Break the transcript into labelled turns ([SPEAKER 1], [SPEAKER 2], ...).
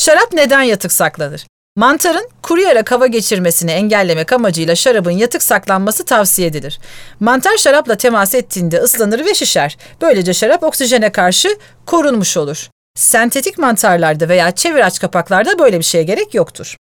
[SPEAKER 1] Şarap neden yatık saklanır? Mantarın kuruyarak hava geçirmesini engellemek amacıyla şarabın yatık saklanması tavsiye edilir. Mantar şarapla temas ettiğinde ıslanır ve şişer. Böylece şarap oksijene karşı korunmuş olur. Sentetik mantarlarda veya çevir aç kapaklarda böyle bir şeye gerek yoktur.